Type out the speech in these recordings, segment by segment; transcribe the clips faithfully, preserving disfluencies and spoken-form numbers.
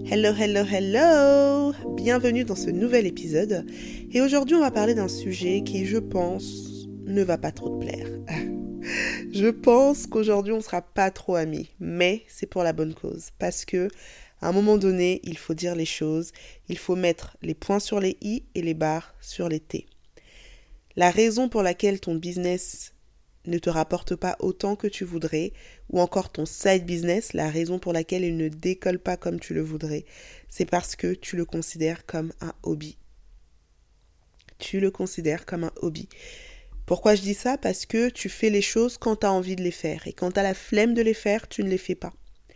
Hello, hello, hello! Bienvenue dans ce nouvel épisode. Et aujourd'hui, on va parler d'un sujet qui, je pense, ne va pas trop te plaire. Je pense qu'aujourd'hui, on sera pas trop amis, mais c'est pour la bonne cause. Parce que, à un moment donné, il faut dire les choses, il faut mettre les points sur les i et les barres sur les t. La raison pour laquelle ton business ne te rapporte pas autant que tu voudrais, ou encore ton side business, la raison pour laquelle il ne décolle pas comme tu le voudrais, c'est parce que tu le considères comme un hobby. Tu le considères comme un hobby. Pourquoi je dis ça? Parce que tu fais les choses quand tu as envie de les faire, et quand tu as la flemme de les faire, tu ne les fais pas.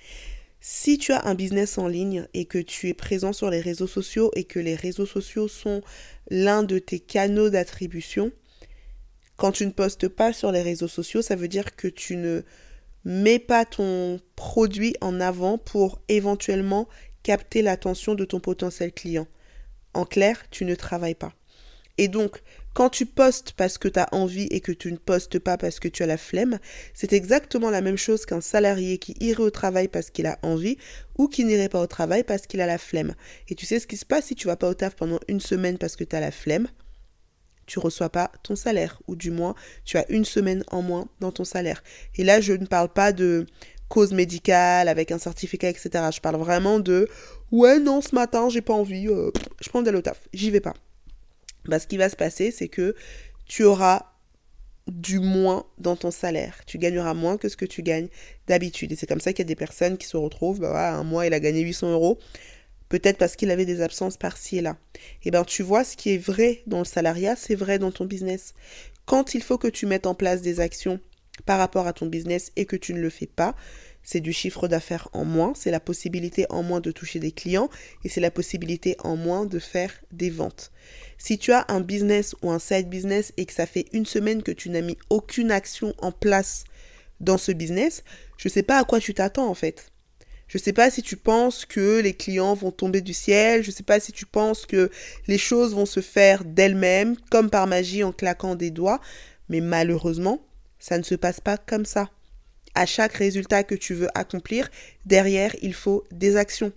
Si tu as un business en ligne et que tu es présent sur les réseaux sociaux et que les réseaux sociaux sont l'un de tes canaux d'attribution, quand tu ne postes pas sur les réseaux sociaux, ça veut dire que tu ne mets pas ton produit en avant pour éventuellement capter l'attention de ton potentiel client. En clair, tu ne travailles pas. Et donc, quand tu postes parce que tu as envie et que tu ne postes pas parce que tu as la flemme, c'est exactement la même chose qu'un salarié qui irait au travail parce qu'il a envie ou qui n'irait pas au travail parce qu'il a la flemme. Et tu sais ce qui se passe si tu vas pas au taf pendant une semaine parce que tu as la flemme? Tu ne reçois pas ton salaire, ou du moins, tu as une semaine en moins dans ton salaire. Et là, je ne parle pas de cause médicale avec un certificat, et cetera. Je parle vraiment de « Ouais, non, ce matin, j'ai pas envie, euh, je prends d'aller au taf, j'y vais pas. » Bah, ce qui va se passer, c'est que tu auras du moins dans ton salaire. Tu gagneras moins que ce que tu gagnes d'habitude. Et c'est comme ça qu'il y a des personnes qui se retrouvent, bah voilà, un mois, il a gagné huit cents euros. Peut-être parce qu'il avait des absences par-ci et là. Et bien, tu vois, ce qui est vrai dans le salariat, c'est vrai dans ton business. Quand il faut que tu mettes en place des actions par rapport à ton business et que tu ne le fais pas, c'est du chiffre d'affaires en moins, c'est la possibilité en moins de toucher des clients et c'est la possibilité en moins de faire des ventes. Si tu as un business ou un side business et que ça fait une semaine que tu n'as mis aucune action en place dans ce business, je ne sais pas à quoi tu t'attends en fait. Je ne sais pas si tu penses que les clients vont tomber du ciel, je ne sais pas si tu penses que les choses vont se faire d'elles-mêmes, comme par magie en claquant des doigts, mais malheureusement, ça ne se passe pas comme ça. À chaque résultat que tu veux accomplir, derrière, il faut des actions.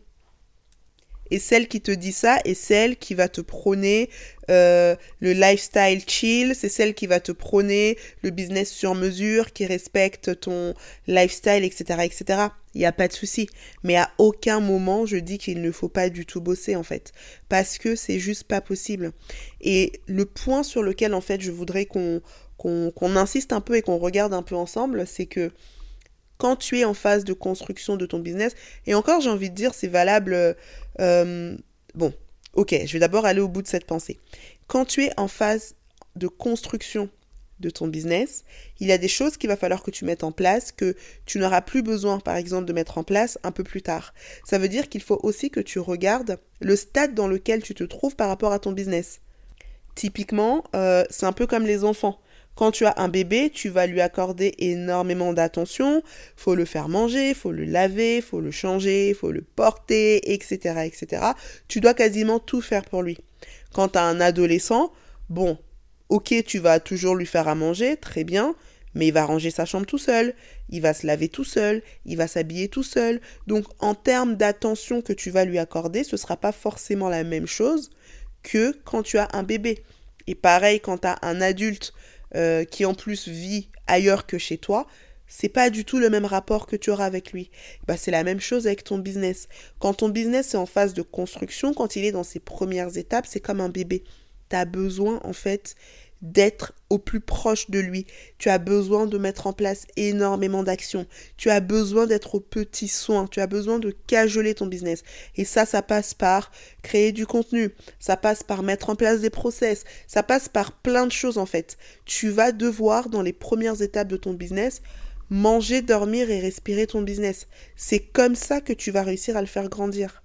Et celle qui te dit ça est celle qui va te prôner euh, le lifestyle chill, c'est celle qui va te prôner le business sur mesure, qui respecte ton lifestyle, et cetera, et cetera. Il n'y a pas de souci. Mais à aucun moment, je dis qu'il ne faut pas du tout bosser, en fait. Parce que c'est juste pas possible. Et le point sur lequel, en fait, je voudrais qu'on, qu'on, qu'on insiste un peu et qu'on regarde un peu ensemble, c'est que quand tu es en phase de construction de ton business, et encore j'ai envie de dire c'est valable, euh, bon, ok, je vais d'abord aller au bout de cette pensée. Quand tu es en phase de construction de ton business, il y a des choses qu'il va falloir que tu mettes en place, que tu n'auras plus besoin par exemple de mettre en place un peu plus tard. Ça veut dire qu'il faut aussi que tu regardes le stade dans lequel tu te trouves par rapport à ton business. Typiquement, euh, c'est un peu comme les enfants. Quand tu as un bébé, tu vas lui accorder énormément d'attention, faut le faire manger, faut le laver, faut le changer, faut le porter, et cetera, et cetera. Tu dois quasiment tout faire pour lui. Quand tu as un adolescent, bon, ok, tu vas toujours lui faire à manger, très bien, mais il va ranger sa chambre tout seul, il va se laver tout seul, il va s'habiller tout seul. Donc, en termes d'attention que tu vas lui accorder, ce ne sera pas forcément la même chose que quand tu as un bébé. Et pareil, quand tu as un adulte Euh, qui en plus vit ailleurs que chez toi, c'est pas du tout le même rapport que tu auras avec lui. Bah, c'est la même chose avec ton business. Quand ton business est en phase de construction, quand il est dans ses premières étapes, c'est comme un bébé. Tu as besoin en fait d'être au plus proche de lui. Tu as besoin de mettre en place énormément d'actions. Tu as besoin d'être aux petits soins. Tu as besoin de cajoler ton business. Et ça, ça passe par créer du contenu. Ça passe par mettre en place des process. Ça passe par plein de choses en fait. Tu vas devoir, dans les premières étapes de ton business, manger, dormir et respirer ton business. C'est comme ça que tu vas réussir à le faire grandir.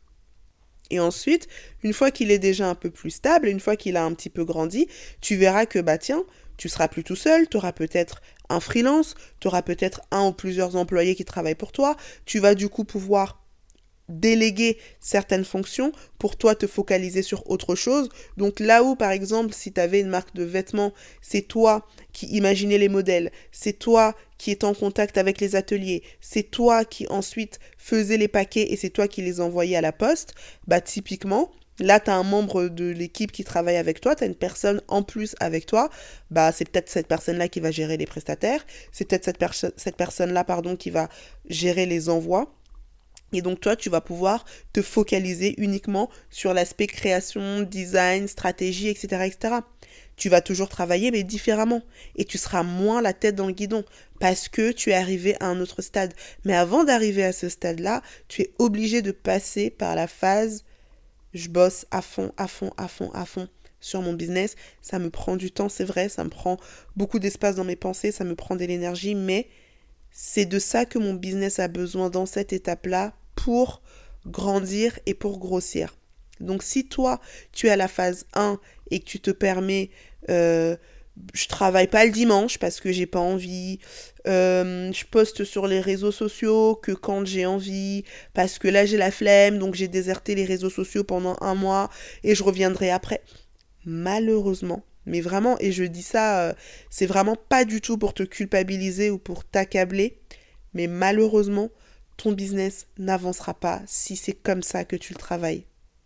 Et ensuite, une fois qu'il est déjà un peu plus stable, une fois qu'il a un petit peu grandi, tu verras que, bah tiens, tu seras plus tout seul, tu auras peut-être un freelance, tu auras peut-être un ou plusieurs employés qui travaillent pour toi, tu vas du coup pouvoir déléguer certaines fonctions pour toi te focaliser sur autre chose. Donc là où, par exemple, si tu avais une marque de vêtements, c'est toi qui imaginais les modèles, c'est toi qui étais en contact avec les ateliers, c'est toi qui ensuite faisais les paquets et c'est toi qui les envoyais à la poste, bah typiquement, là, tu as un membre de l'équipe qui travaille avec toi, tu as une personne en plus avec toi, bah c'est peut-être cette personne-là qui va gérer les prestataires, c'est peut-être cette, perso- cette personne-là pardon, qui va gérer les envois. Et donc toi, tu vas pouvoir te focaliser uniquement sur l'aspect création, design, stratégie, et cetera, et cetera. Tu vas toujours travailler, mais différemment. Et tu seras moins la tête dans le guidon, parce que tu es arrivé à un autre stade. Mais avant d'arriver à ce stade-là, tu es obligé de passer par la phase je bosse à fond, à fond, à fond, à fond sur mon business. Ça me prend du temps, c'est vrai, ça me prend beaucoup d'espace dans mes pensées, ça me prend de l'énergie, mais c'est de ça que mon business a besoin dans cette étape-là pour grandir et pour grossir. Donc si toi, tu es à la phase un et que tu te permets, euh, je travaille pas le dimanche parce que j'ai pas envie, euh, je poste sur les réseaux sociaux que quand j'ai envie, parce que là j'ai la flemme, donc j'ai déserté les réseaux sociaux pendant un mois et je reviendrai après. Malheureusement, mais vraiment, et je dis ça, euh, c'est vraiment pas du tout pour te culpabiliser ou pour t'accabler, mais malheureusement, ton business n'avancera pas si c'est comme ça que tu le travailles.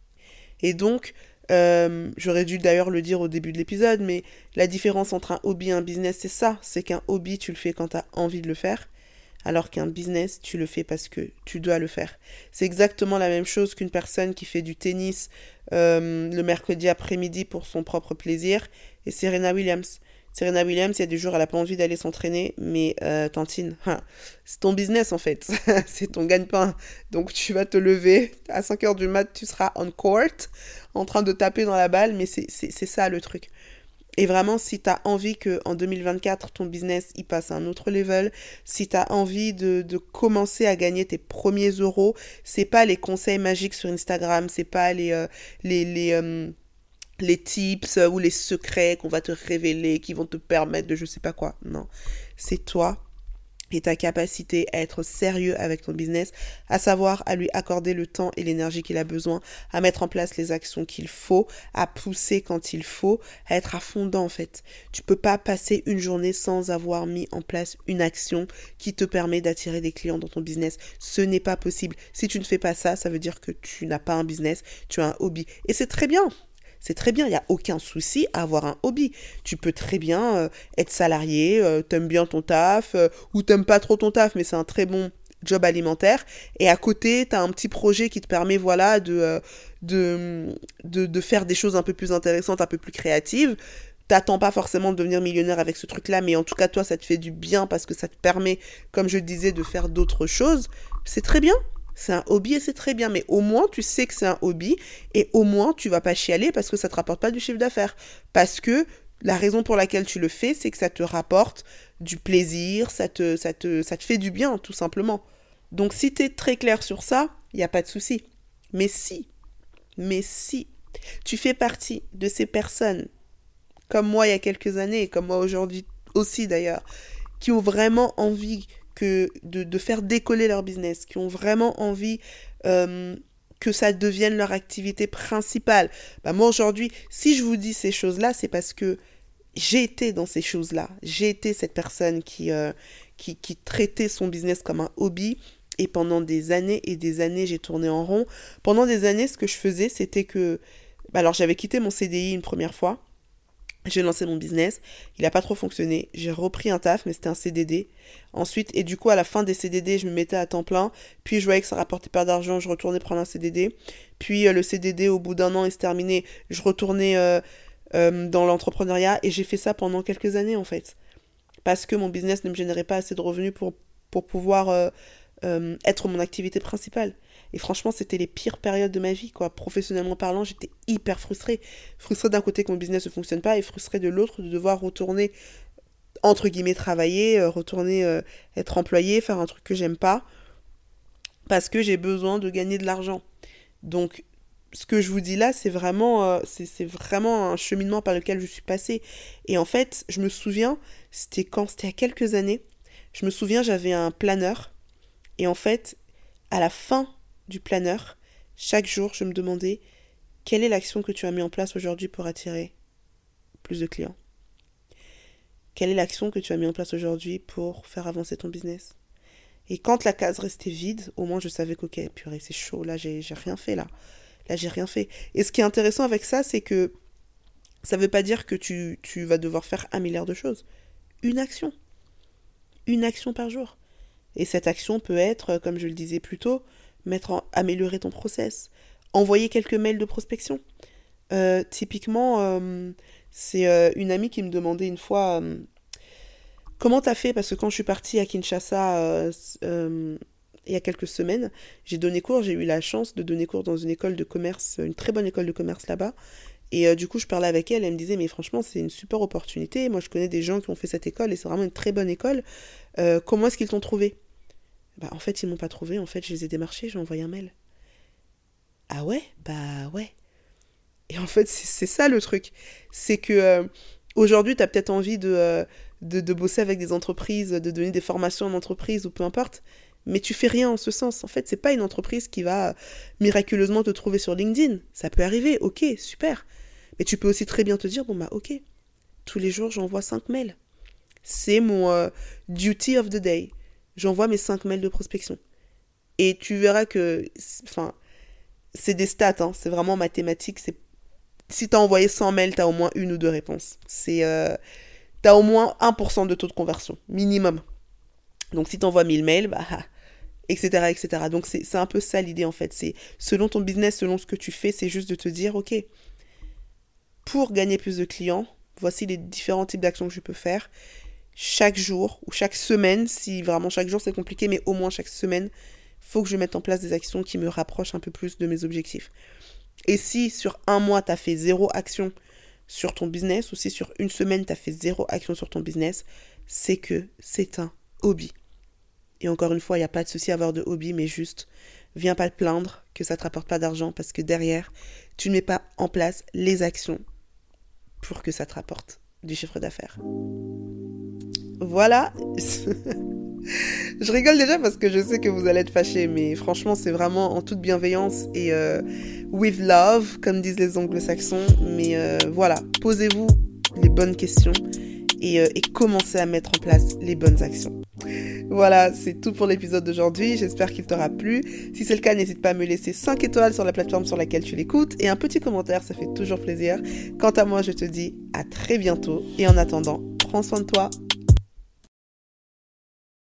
Et donc, euh, j'aurais dû d'ailleurs le dire au début de l'épisode, mais la différence entre un hobby et un business, c'est ça, c'est qu'un hobby, tu le fais quand tu as envie de le faire, alors qu'un business, tu le fais parce que tu dois le faire. C'est exactement la même chose qu'une personne qui fait du tennis euh, le mercredi après-midi pour son propre plaisir, et Serena Williams. Serena Williams, il y a des jours, elle n'a pas envie d'aller s'entraîner, mais euh, Tantine, hein, c'est ton business en fait, c'est ton gagne-pain. Donc tu vas te lever, à cinq heures du mat, tu seras on court, en train de taper dans la balle, mais c'est, c'est, c'est ça le truc. Et vraiment, si tu as envie qu'en deux mille vingt-quatre, ton business il passe à un autre level, si tu as envie de, de commencer à gagner tes premiers euros, c'est pas les conseils magiques sur Instagram, c'est pas les, euh, les, les, euh, les tips ou les secrets qu'on va te révéler, qui vont te permettre de je sais pas quoi. Non, c'est toi et ta capacité à être sérieux avec ton business, à savoir à lui accorder le temps et l'énergie qu'il a besoin, à mettre en place les actions qu'il faut, à pousser quand il faut, à être à fond dedans en fait. Tu peux pas passer une journée sans avoir mis en place une action qui te permet d'attirer des clients dans ton business. Ce n'est pas possible. Si tu ne fais pas ça, ça veut dire que tu n'as pas un business, tu as un hobby. Et c'est très bien. C'est très bien, il n'y a aucun souci à avoir un hobby. Tu peux très bien euh, être salarié, euh, t'aimes bien ton taf, euh, ou t'aimes pas trop ton taf, mais c'est un très bon job alimentaire. Et à côté, t'as un petit projet qui te permet, voilà, de, euh, de, de, de faire des choses un peu plus intéressantes, un peu plus créatives. T'attends pas forcément de devenir millionnaire avec ce truc-là, mais en tout cas, toi, ça te fait du bien parce que ça te permet, comme je disais, de faire d'autres choses. C'est très bien. C'est un hobby et c'est très bien, mais au moins tu sais que c'est un hobby et au moins tu vas pas chialer parce que ça te rapporte pas du chiffre d'affaires. Parce que la raison pour laquelle tu le fais, c'est que ça te rapporte du plaisir, ça te, ça te, ça te fait du bien, tout simplement. Donc si tu es très clair sur ça, il n'y a pas de souci. Mais si, mais si tu fais partie de ces personnes, comme moi il y a quelques années, et comme moi aujourd'hui aussi d'ailleurs, qui ont vraiment envie que de, de faire décoller leur business, qui ont vraiment envie euh, que ça devienne leur activité principale. Bah moi aujourd'hui, si je vous dis ces choses-là, c'est parce que j'ai été dans ces choses-là. J'ai été cette personne qui, euh, qui, qui traitait son business comme un hobby. Et pendant des années et des années, j'ai tourné en rond. Pendant des années, ce que je faisais, c'était que... Bah alors, j'avais quitté mon C D I une première fois. J'ai lancé mon business, il n'a pas trop fonctionné, j'ai repris un taf, mais c'était un C D D. Ensuite, et du coup, à la fin des C D D, je me mettais à temps plein, puis je voyais que ça rapportait pas d'argent, je retournais prendre un C D D. Puis euh, le C D D, au bout d'un an, il se terminait, je retournais euh, euh, dans l'entrepreneuriat, et j'ai fait ça pendant quelques années, en fait. Parce que mon business ne me générait pas assez de revenus pour, pour pouvoir euh, euh, être mon activité principale. Et franchement, c'était les pires périodes de ma vie, quoi. Professionnellement parlant, j'étais hyper frustrée. Frustrée d'un côté que mon business ne fonctionne pas et frustrée de l'autre de devoir retourner, entre guillemets, travailler, euh, retourner euh, être employée, faire un truc que j'aime pas, parce que j'ai besoin de gagner de l'argent. Donc, ce que je vous dis là, c'est vraiment, euh, c'est, c'est vraiment un cheminement par lequel je suis passée. Et en fait, je me souviens, c'était quand, c'était il y a quelques années, je me souviens, j'avais un planeur. Et en fait, à la fin du planner, chaque jour, je me demandais quelle est l'action que tu as mis en place aujourd'hui pour attirer plus de clients. Quelle est l'action que tu as mis en place aujourd'hui pour faire avancer ton business? Et quand la case restait vide, au moins je savais qu'ok, purée, c'est chaud, là j'ai, j'ai rien fait là. Là j'ai rien fait. Et ce qui est intéressant avec ça, c'est que ça veut pas dire que tu, tu vas devoir faire un milliard de choses. Une action. Une action par jour. Et cette action peut être, comme je le disais plus tôt, mettre en, améliorer ton process. Envoyer quelques mails de prospection. Euh, typiquement, euh, c'est euh, une amie qui me demandait une fois... Euh, Comment t'as fait? Parce que quand je suis partie à Kinshasa euh, euh, il y a quelques semaines, j'ai donné cours, j'ai eu la chance de donner cours dans une école de commerce, une très bonne école de commerce là-bas. Et euh, du coup, je parlais avec elle, elle me disait, mais franchement, c'est une super opportunité. Moi, je connais des gens qui ont fait cette école et c'est vraiment une très bonne école. Euh, comment est-ce qu'ils t'ont trouvé? Bah, en fait, ils m'ont pas trouvé. En fait, je les ai démarchés, j'ai envoyé un mail. Ah ouais? Bah ouais. Et en fait, c'est, c'est ça le truc. C'est que euh, aujourd'hui, tu as peut-être envie de, euh, de, de bosser avec des entreprises, de donner des formations en entreprise ou peu importe, mais tu fais rien en ce sens. En fait, c'est pas une entreprise qui va miraculeusement te trouver sur LinkedIn. Ça peut arriver, ok, super. Mais tu peux aussi très bien te dire, bon bah ok, tous les jours, j'envoie cinq mails. C'est mon euh, duty of the day. J'envoie mes cinq mails de prospection. Et tu verras que, enfin, c'est des stats, hein, c'est vraiment mathématique, c'est si t'as envoyé cent mails, t'as au moins une ou deux réponses. C'est, euh, t'as au moins un pour cent de taux de conversion, minimum. Donc si t'envoies mille mails, bah, et cetera, et cetera. Donc c'est, c'est un peu ça l'idée en fait. C'est selon ton business, selon ce que tu fais, c'est juste de te dire, ok, pour gagner plus de clients, voici les différents types d'actions que je peux faire. Chaque jour ou chaque semaine, si vraiment chaque jour c'est compliqué, mais au moins chaque semaine, faut que je mette en place des actions qui me rapprochent un peu plus de mes objectifs. Et si sur un mois, tu as fait zéro action sur ton business, ou si sur une semaine, tu as fait zéro action sur ton business, c'est que c'est un hobby. Et encore une fois, il n'y a pas de souci à avoir de hobby, mais juste, viens pas te plaindre que ça ne te rapporte pas d'argent, parce que derrière, tu ne mets pas en place les actions pour que ça te rapporte du chiffre d'affaires. Voilà. Je rigole déjà parce que je sais que vous allez être fâchés, mais franchement, c'est vraiment en toute bienveillance et euh, with love, comme disent les anglo-saxons. Mais euh, voilà, posez-vous les bonnes questions et, euh, et commencez à mettre en place les bonnes actions. Voilà, c'est tout pour l'épisode d'aujourd'hui. J'espère qu'il t'aura plu. Si c'est le cas, n'hésite pas à me laisser cinq étoiles sur la plateforme sur laquelle tu l'écoutes et un petit commentaire, ça fait toujours plaisir. Quant à moi, je te dis à très bientôt et en attendant, prends soin de toi.